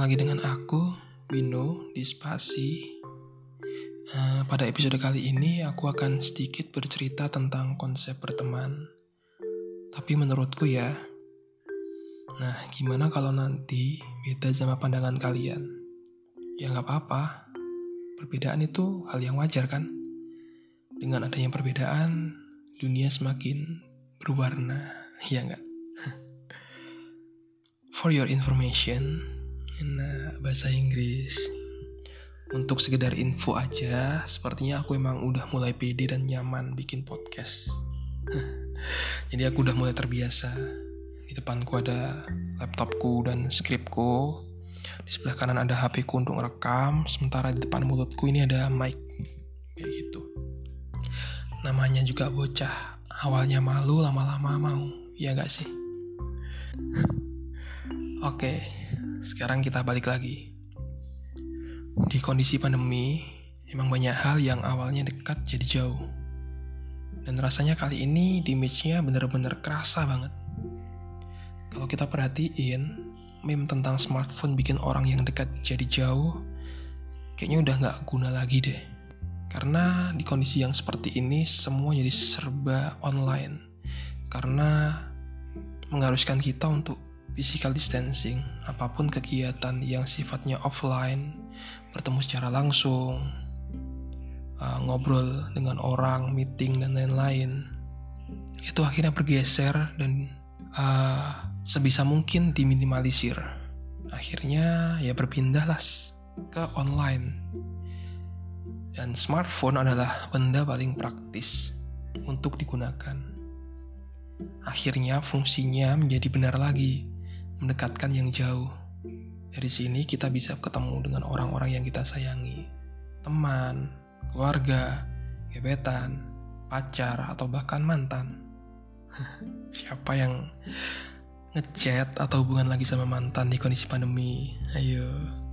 lagi dengan aku, Bino, di Spasi. Pada episode kali ini aku akan sedikit bercerita tentang konsep berteman. Tapi menurutku ya, gimana kalau nanti beda sama pandangan kalian? Ya nggak apa-apa, perbedaan itu hal yang wajar kan? Dengan adanya perbedaan, dunia semakin berwarna, ya nggak? For your information, bahasa Inggris. Untuk sekedar info aja, sepertinya aku emang udah mulai pede dan nyaman bikin podcast. Jadi aku udah mulai terbiasa. Di depanku ada laptopku dan skripku. Di sebelah kanan ada HP-ku untuk rekam, sementara di depan mulutku ini ada mic. Kayak gitu. Namanya juga bocah. Awalnya malu, lama-lama mau. Ya gak sih? Oke, sekarang kita balik lagi. Di kondisi pandemi, emang banyak hal yang awalnya dekat jadi jauh. Dan rasanya kali ini damage-nya bener-bener kerasa banget. Kalau kita perhatiin, meme tentang smartphone bikin orang yang dekat jadi jauh, kayaknya udah gak guna lagi deh. Karena di kondisi yang seperti ini, semua jadi serba online. Karena mengharuskan kita untuk physical distancing, apapun kegiatan yang sifatnya offline, bertemu secara langsung, ngobrol dengan orang, meeting, dan lain-lain, itu akhirnya bergeser dan sebisa mungkin diminimalisir. Akhirnya ya berpindahlah ke online. Dan smartphone adalah benda paling praktis untuk digunakan. Akhirnya fungsinya menjadi benar lagi, mendekatkan yang jauh. Dari sini kita bisa ketemu dengan orang-orang yang kita sayangi. Teman, keluarga, gebetan, pacar, atau bahkan mantan. Siapa yang ngechat atau hubungan lagi sama mantan di kondisi pandemi? Ayo.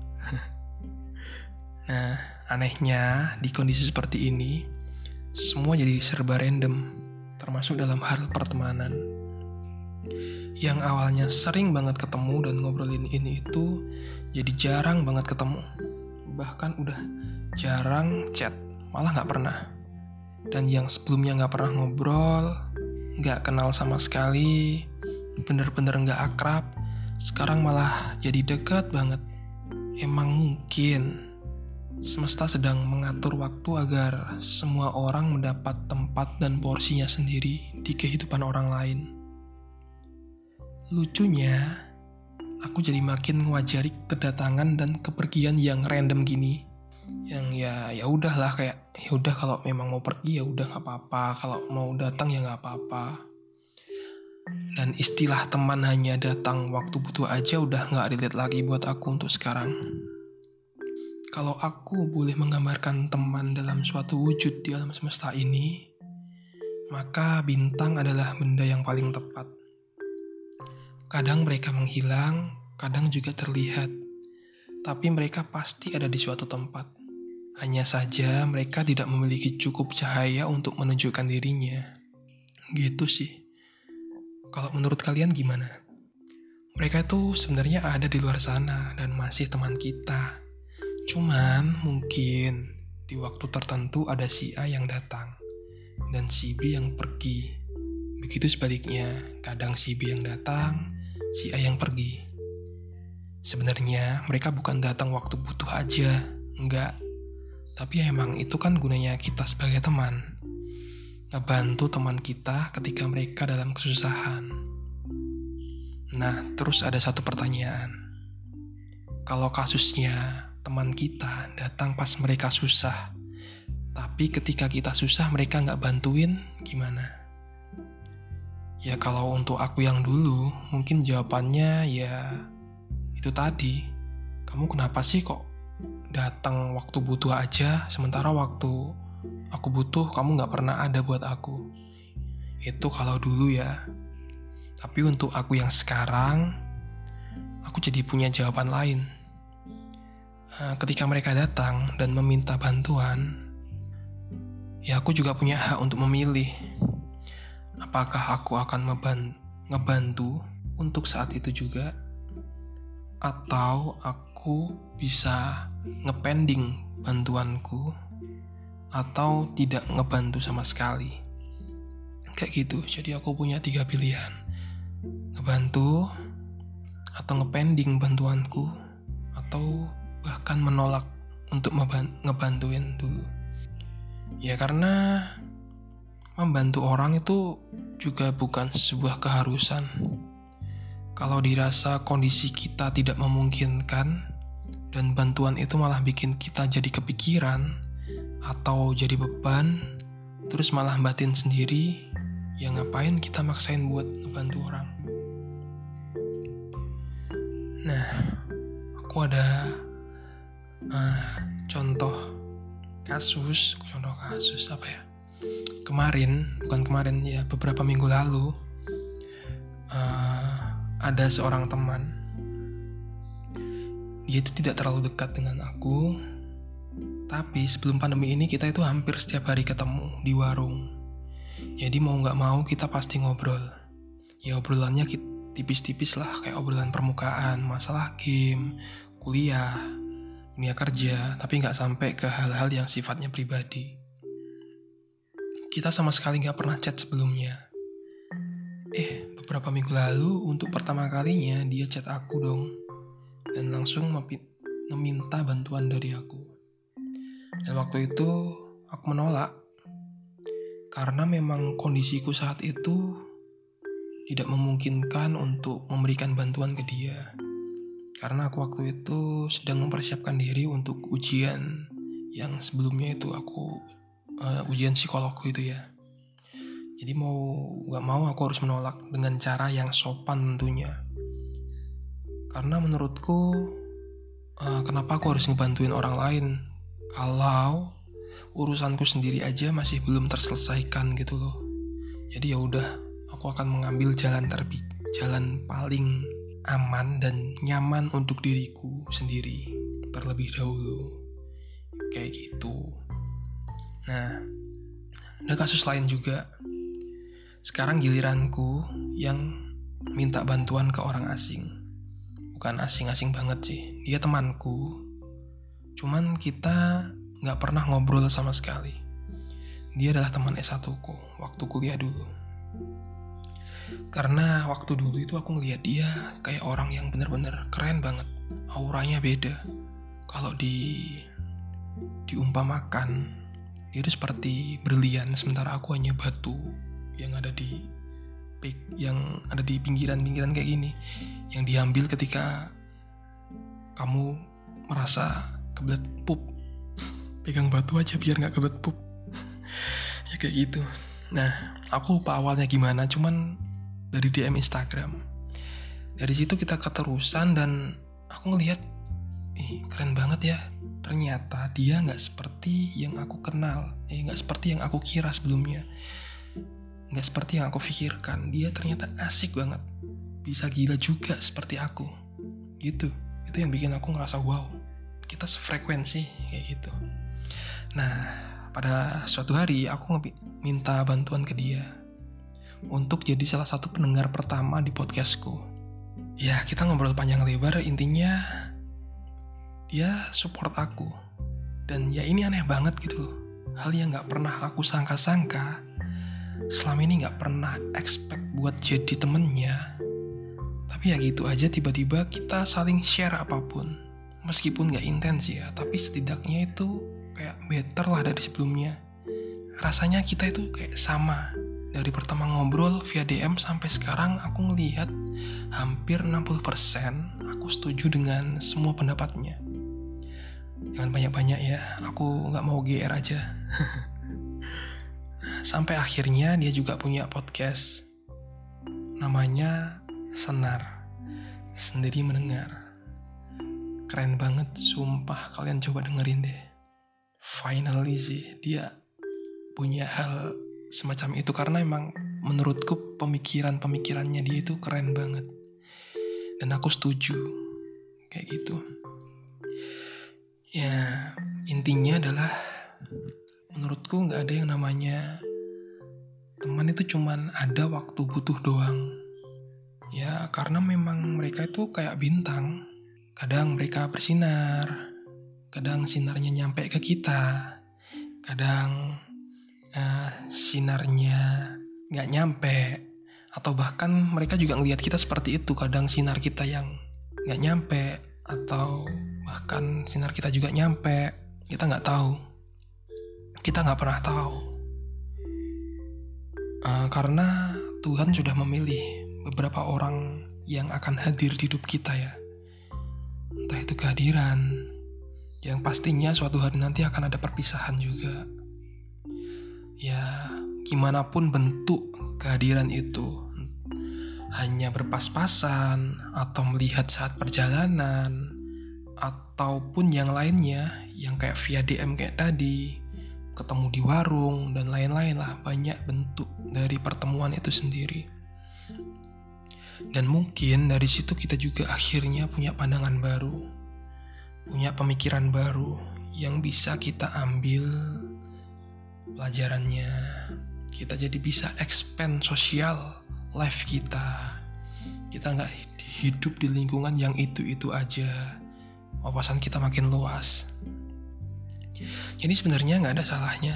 Nah, anehnya di kondisi seperti ini, semua jadi serba random, termasuk dalam hal pertemanan. Yang awalnya sering banget ketemu dan ngobrolin ini itu jadi jarang banget ketemu. Bahkan udah jarang chat, malah gak pernah. Dan yang sebelumnya gak pernah ngobrol, gak kenal sama sekali, bener-bener gak akrab, sekarang malah jadi dekat banget. Emang mungkin semesta sedang mengatur waktu agar semua orang mendapat tempat dan porsinya sendiri di kehidupan orang lain. Lucunya, aku jadi makin ngewajari kedatangan dan kepergian yang random gini. Yang ya udahlah, kayak ya udah kalau memang mau pergi ya udah nggak apa-apa, kalau mau datang ya nggak apa-apa. Dan istilah teman hanya datang waktu butuh aja udah nggak relate lagi buat aku untuk sekarang. Kalau aku boleh menggambarkan teman dalam suatu wujud di alam semesta ini, maka bintang adalah benda yang paling tepat. Kadang mereka menghilang, kadang juga terlihat. Tapi mereka pasti ada di suatu tempat. Hanya saja mereka tidak memiliki cukup cahaya untuk menunjukkan dirinya. Gitu sih. Kalau menurut kalian gimana? Mereka itu sebenarnya ada di luar sana dan masih teman kita. Cuman mungkin di waktu tertentu ada si A yang datang dan si B yang pergi. Begitu sebaliknya, kadang si B yang datang, si A yang pergi. Sebenarnya mereka bukan datang waktu butuh aja, enggak. Tapi emang itu kan gunanya kita sebagai teman. Ngebantu teman kita ketika mereka dalam kesusahan. Nah, terus ada satu pertanyaan. Kalau kasusnya teman kita datang pas mereka susah, tapi ketika kita susah mereka nggak bantuin, gimana? Ya kalau untuk aku yang dulu, mungkin jawabannya ya itu tadi. Kamu kenapa sih kok datang waktu butuh aja, sementara waktu aku butuh kamu gak pernah ada buat aku. Itu kalau dulu ya. Tapi untuk aku yang sekarang, aku jadi punya jawaban lain. Ketika mereka datang dan meminta bantuan, ya aku juga punya hak untuk memilih. Apakah aku akan ngebantu untuk saat itu juga? atau aku bisa ngepending bantuanku atau tidak ngebantu sama sekali. Kayak gitu. Jadi aku punya 3 pilihan. Ngebantu, atau ngepending bantuanku, atau bahkan menolak untuk ngebantuin dulu. Ya karena membantu orang itu juga bukan sebuah keharusan. Kalau dirasa kondisi kita tidak memungkinkan dan bantuan itu malah bikin kita jadi kepikiran atau jadi beban, terus malah batin sendiri, ya ngapain kita maksain buat ngebantu orang. Nah, aku ada contoh kasus apa ya? Bukan kemarin ya, beberapa minggu lalu ada seorang teman. Dia itu tidak terlalu dekat dengan aku, tapi sebelum pandemi ini kita itu hampir setiap hari ketemu di warung. Jadi mau gak mau kita pasti ngobrol. Ya obrolannya tipis-tipis lah, kayak obrolan permukaan, masalah game, kuliah, dunia kerja, tapi gak sampai ke hal-hal yang sifatnya pribadi. Kita sama sekali gak pernah chat sebelumnya. Beberapa minggu lalu untuk pertama kalinya dia chat aku dong, dan langsung meminta bantuan dari aku. Dan waktu itu aku menolak, karena memang kondisiku saat itu tidak memungkinkan untuk memberikan bantuan ke dia. Karena aku waktu itu sedang mempersiapkan diri untuk ujian yang sebelumnya itu aku ujian psikolog gitu ya. Jadi mau gak mau aku harus menolak dengan cara yang sopan tentunya. Karena menurutku kenapa aku harus ngebantuin orang lain kalau urusanku sendiri aja masih belum terselesaikan gitu loh. Jadi ya udah, aku akan mengambil jalan paling aman dan nyaman untuk diriku sendiri terlebih dahulu. Kayak gitu. Nah, ada kasus lain juga. Sekarang giliranku yang minta bantuan ke orang asing. Bukan asing-asing banget sih, dia temanku. Cuman kita gak pernah ngobrol sama sekali. Dia adalah teman S1ku waktu kuliah dulu. Karena waktu dulu itu aku ngeliat dia kayak orang yang benar-benar keren banget. Auranya beda. Kalau diumpamakan, dia itu seperti berlian, sementara aku hanya batu yang ada di pinggiran-pinggiran kayak gini, yang diambil ketika kamu merasa kebelet pup. Pegang batu aja biar gak kebelet pup. Ya kayak gitu. Nah, aku lupa awalnya gimana, cuman dari DM Instagram. Dari situ kita keterusan dan aku ngelihat, keren banget ya. Ternyata dia gak seperti yang aku kenal, gak seperti yang aku kira sebelumnya, gak seperti yang aku pikirkan. Dia ternyata asik banget, bisa gila juga seperti aku. Gitu. Itu yang bikin aku ngerasa wow, kita sefrekuensi kayak gitu. Nah, pada suatu hari aku minta bantuan ke dia untuk jadi salah satu pendengar pertama di podcastku. Ya, kita ngobrol panjang lebar, intinya dia support aku. Dan ya ini aneh banget gitu loh. Hal yang gak pernah aku sangka-sangka. Selama ini gak pernah expect buat jadi temennya. Tapi ya gitu aja, tiba-tiba kita saling share apapun. Meskipun gak intens ya, tapi setidaknya itu kayak better lah dari sebelumnya. Rasanya kita itu kayak sama. Dari pertama ngobrol via DM sampai sekarang aku ngelihat hampir 60% aku setuju dengan semua pendapatnya. Jangan banyak-banyak ya, aku gak mau GR aja. Sampai akhirnya dia juga punya podcast. Namanya Senar, Sendiri Mendengar. Keren banget, sumpah, kalian coba dengerin deh. Finally sih, dia punya hal semacam itu, karena emang menurutku pemikirannya dia itu keren banget. Dan aku setuju, kayak gitu. Ya, intinya adalah menurutku gak ada yang namanya teman itu cuman ada waktu butuh doang. Ya, karena memang mereka itu kayak bintang. Kadang mereka bersinar, kadang sinarnya nyampe ke kita, kadang sinarnya nggak nyampe, atau bahkan mereka juga ngelihat kita seperti itu. Kadang sinar kita yang nggak nyampe, atau bahkan sinar kita juga nyampe. Kita nggak tahu, kita nggak pernah tahu, karena Tuhan sudah memilih beberapa orang yang akan hadir di hidup kita ya. Entah itu kehadiran, yang pastinya suatu hari nanti akan ada perpisahan juga. Ya, gimana pun bentuk kehadiran itu, hanya berpas-pasan, atau melihat saat perjalanan, ataupun yang lainnya, yang kayak via DM kayak tadi, ketemu di warung, dan lain-lain lah. Banyak bentuk dari pertemuan itu sendiri. Dan mungkin dari situ kita juga akhirnya punya pandangan baru, punya pemikiran baru, yang bisa kita ambil pelajarannya. Kita jadi bisa expand sosial life kita. Kita nggak hidup di lingkungan yang itu-itu aja. Wawasan kita makin luas. Jadi sebenarnya nggak ada salahnya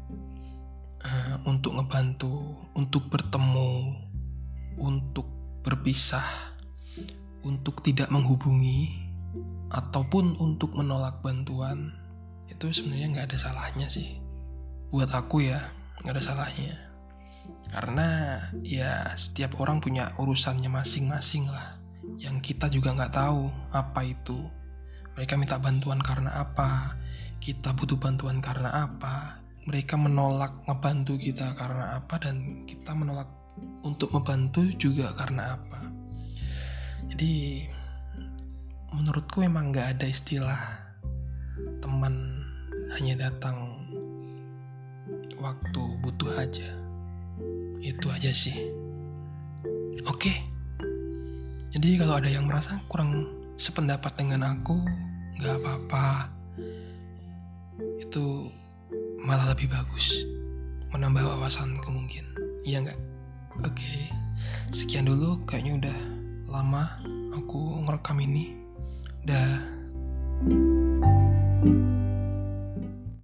untuk ngebantu, untuk bertemu, untuk berpisah, untuk tidak menghubungi, ataupun untuk menolak bantuan. Itu sebenarnya nggak ada salahnya sih. Buat aku ya, nggak ada salahnya. Karena ya setiap orang punya urusannya masing-masing lah, yang kita juga nggak tahu apa itu. Mereka minta bantuan karena apa, kita butuh bantuan karena apa. Mereka menolak ngebantu kita karena apa, dan kita menolak untuk membantu juga karena apa. Jadi menurutku emang nggak ada istilah teman hanya datang waktu butuh aja. Itu aja sih. Oke. Jadi kalau ada yang merasa kurang sependapat dengan aku, gak apa-apa. Itu malah lebih bagus, menambah wawasanku mungkin. Iya gak? Oke. Sekian dulu, kayaknya udah lama aku ngerekam ini. Dah.